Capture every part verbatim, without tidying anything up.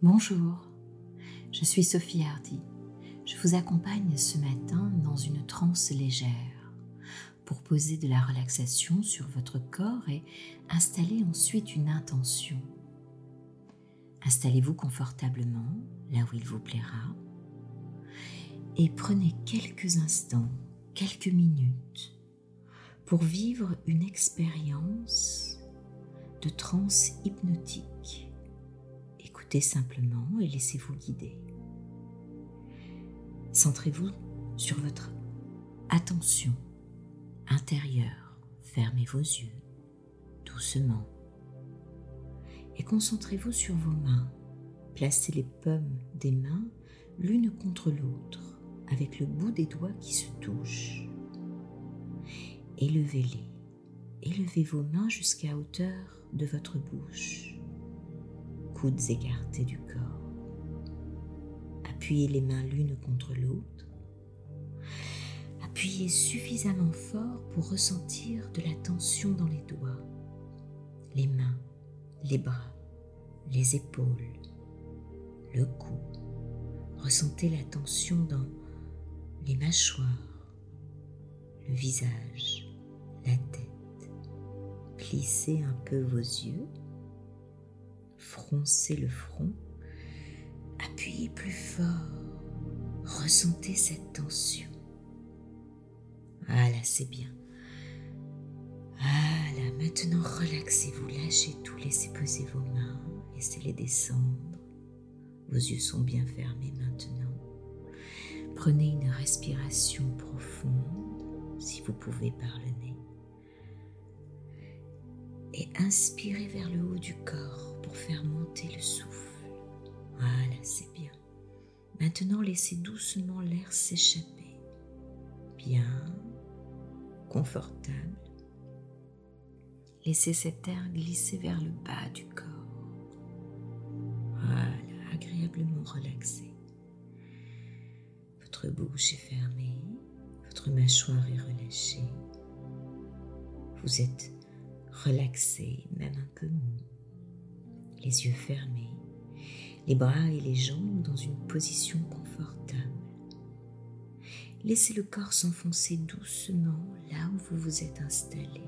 Bonjour, je suis Sophie Hardy. Je vous accompagne ce matin dans une transe légère pour poser de la relaxation sur votre corps et installer ensuite une intention. Installez-vous confortablement là où il vous plaira et prenez quelques instants, quelques minutes pour vivre une expérience de transe hypnotique. Écoutez simplement et laissez-vous guider. Centrez-vous sur votre attention intérieure. Fermez vos yeux doucement et concentrez-vous sur vos mains. Placez les paumes des mains l'une contre l'autre avec le bout des doigts qui se touchent. Élevez-les. Élevez vos mains jusqu'à hauteur de votre bouche. Coudes écartés du corps. Appuyez les mains l'une contre l'autre. Appuyez suffisamment fort pour ressentir de la tension dans les doigts, les mains, les bras, les épaules, le cou. Ressentez la tension dans les mâchoires, le visage, la tête. Plissez un peu vos yeux. Froncez le front, appuyez plus fort, ressentez cette tension. Voilà, c'est bien. Voilà, maintenant relaxez-vous, lâchez tout, laissez poser vos mains, laissez-les descendre. Vos yeux sont bien fermés maintenant. Prenez une respiration profonde, si vous pouvez par le nez. Et inspirez vers le haut du corps pour faire monter le souffle. Voilà, c'est bien. Maintenant, laissez doucement l'air s'échapper. Bien, confortable. Laissez cet air glisser vers le bas du corps. Voilà, agréablement relaxé. Votre bouche est fermée, votre mâchoire est relâchée. Vous êtes relaxé, même un peu mou, les yeux fermés, les bras et les jambes dans une position confortable. Laissez le corps s'enfoncer doucement là où vous vous êtes installé.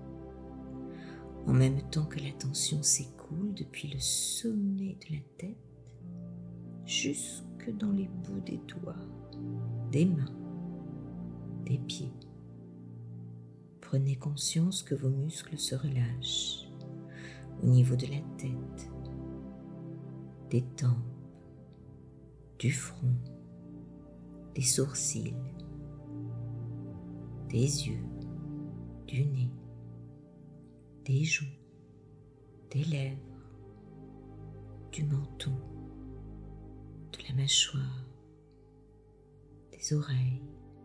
En même temps que la tension s'écoule depuis le sommet de la tête jusque dans les bouts des doigts, des mains, des pieds. Prenez conscience que vos muscles se relâchent au niveau de la tête, des tempes, du front, des sourcils, des yeux, du nez, des joues, des lèvres, du menton, de la mâchoire, des oreilles,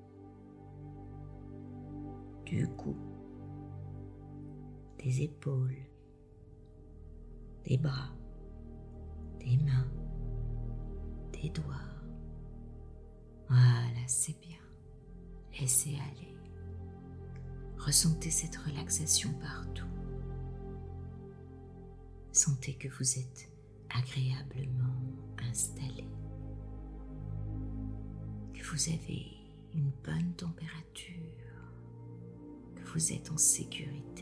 du cou, des épaules, des bras, des mains, des doigts. Voilà, c'est bien. Laissez aller. Ressentez cette relaxation partout. Sentez que vous êtes agréablement installé, que vous avez une bonne température, que vous êtes en sécurité.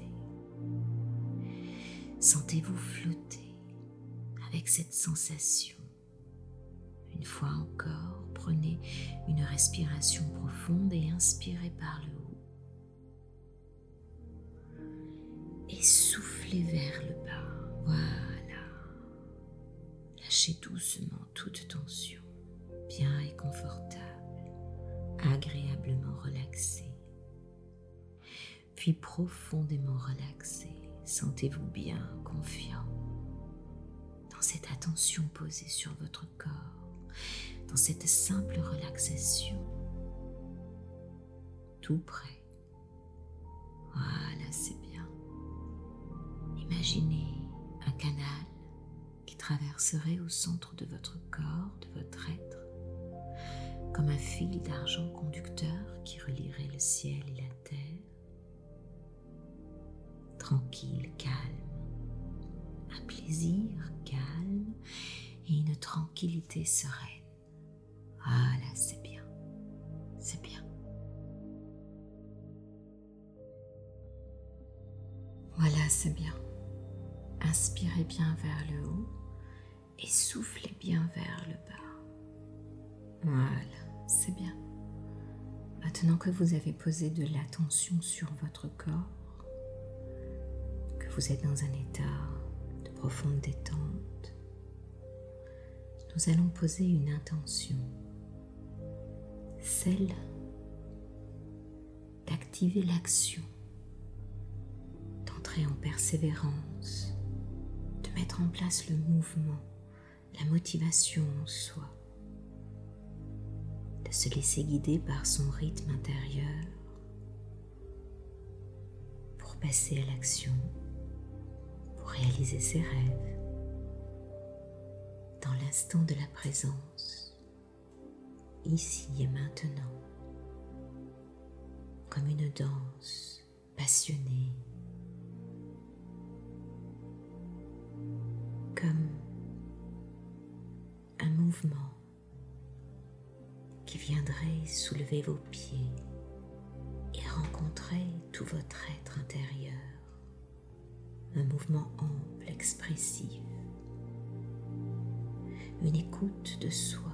Sentez-vous flotter avec cette sensation. Une fois encore, prenez une respiration profonde et inspirez par le haut. Et soufflez vers le bas. Voilà. Lâchez doucement toute tension, bien et confortable, agréablement relaxé. Puis profondément relaxé, sentez-vous bien confiant dans cette attention posée sur votre corps, dans cette simple relaxation, tout près. Voilà, c'est bien. Imaginez un canal qui traverserait au centre de votre corps, de votre être, comme un fil d'argent conducteur qui relierait le ciel et la terre. Tranquille, calme, un plaisir calme et une une tranquillité sereine. Voilà, c'est bien, c'est bien. Voilà, c'est bien. Inspirez bien vers le haut et soufflez bien vers le bas. Voilà, c'est bien. Maintenant que vous avez posé de l'attention sur votre corps, que vous êtes dans un état de profonde détente, nous allons poser une intention, celle d'activer l'action, d'entrer en persévérance, de mettre en place le mouvement, la motivation en soi, de se laisser guider par son rythme intérieur pour passer à l'action, pour réaliser ses rêves, dans l'instant de la présence, ici et maintenant, comme une danse passionnée, comme un mouvement qui viendrait soulever vos pieds et rencontrer tout votre être intérieur. Un mouvement ample, expressif, une écoute de soi,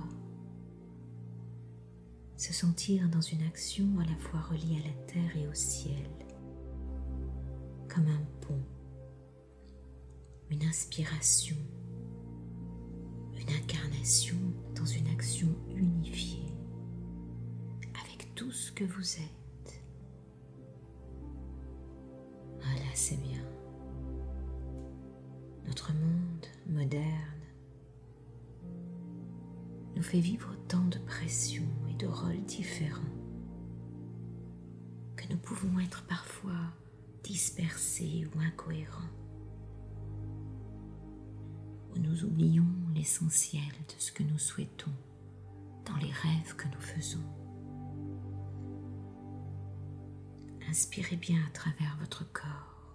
se sentir dans une action à la fois reliée à la terre et au ciel, comme un pont, une inspiration, une incarnation dans une action unifiée avec tout ce que vous êtes. Voilà, c'est bien. Notre monde moderne nous fait vivre tant de pression et de rôles différents que nous pouvons être parfois dispersés ou incohérents, où nous oublions l'essentiel de ce que nous souhaitons dans les rêves que nous faisons. Inspirez bien à travers votre corps.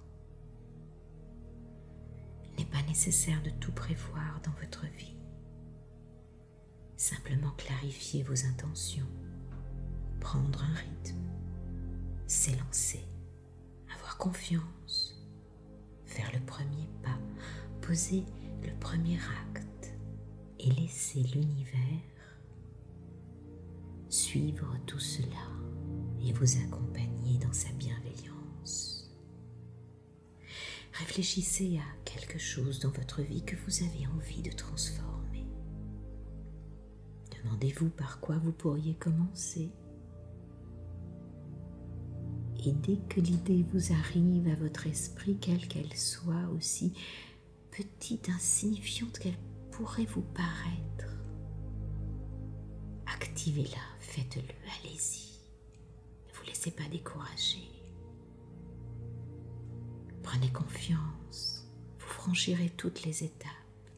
Il n'est pas nécessaire de tout prévoir dans votre vie. Simplement clarifier vos intentions, prendre un rythme, s'élancer, avoir confiance, faire le premier pas, poser le premier acte et laisser l'univers suivre tout cela et vous accompagner dans sa bienveillance. Réfléchissez à quelque chose dans votre vie que vous avez envie de transformer. Demandez-vous par quoi vous pourriez commencer. Et dès que l'idée vous arrive à votre esprit, quelle qu'elle soit, aussi petite, insignifiante qu'elle pourrait vous paraître, activez-la, faites-le, allez-y. Ne vous laissez pas décourager. Prenez confiance, vous franchirez toutes les étapes.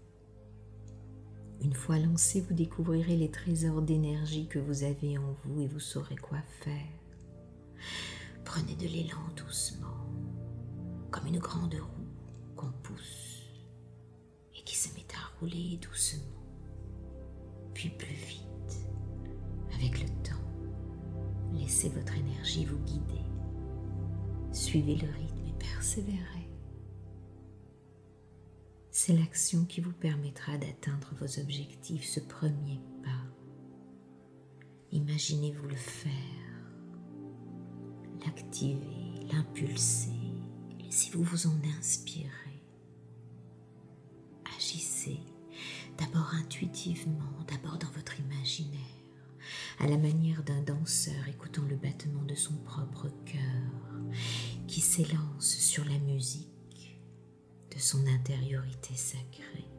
Une fois lancé, vous découvrirez les trésors d'énergie que vous avez en vous et vous saurez quoi faire. Prenez de l'élan doucement, comme une grande roue qu'on pousse et qui se met à rouler doucement, puis plus vite. Avec le temps, laissez votre énergie vous guider. Suivez le rythme et persévérez. C'est l'action qui vous permettra d'atteindre vos objectifs, ce premier pas. Imaginez-vous le faire, l'activer, l'impulser, laissez-vous vous en inspirer. Agissez d'abord intuitivement, d'abord dans votre imaginaire, à la manière d'un danseur écoutant le battement de son propre cœur qui s'élance sur la musique de son intériorité sacrée.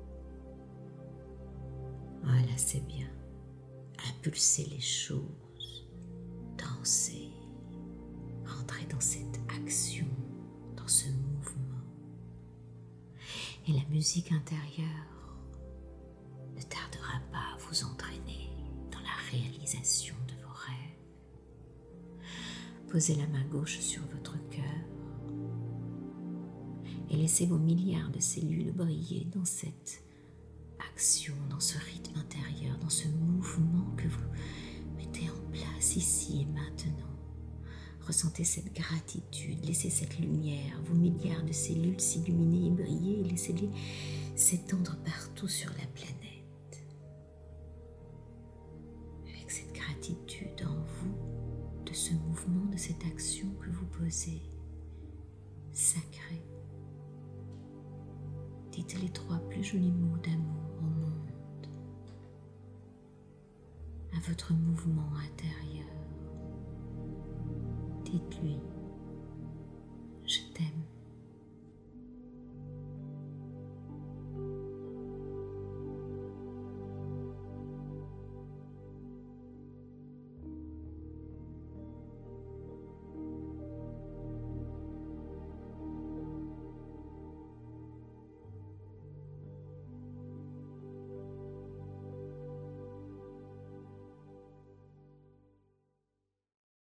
Voilà, c'est bien. Impulsez les choses, dansez, rentrez dans cette action, dans ce mouvement. Et la musique intérieure ne tardera pas à vous entraîner dans la réalisation de vos rêves. Posez la main gauche sur votre cœur et laissez vos milliards de cellules briller dans cette action, dans ce rythme intérieur, dans ce mouvement que vous mettez en place ici et maintenant. Ressentez cette gratitude, laissez cette lumière, vos milliards de cellules s'illuminer et briller, laissez-les s'étendre partout sur la planète. Avec cette gratitude en vous, de ce mouvement, de cette action que vous posez, sacrée. Dites les trois plus jolis mots d'amour au monde, à votre mouvement intérieur. Dites-lui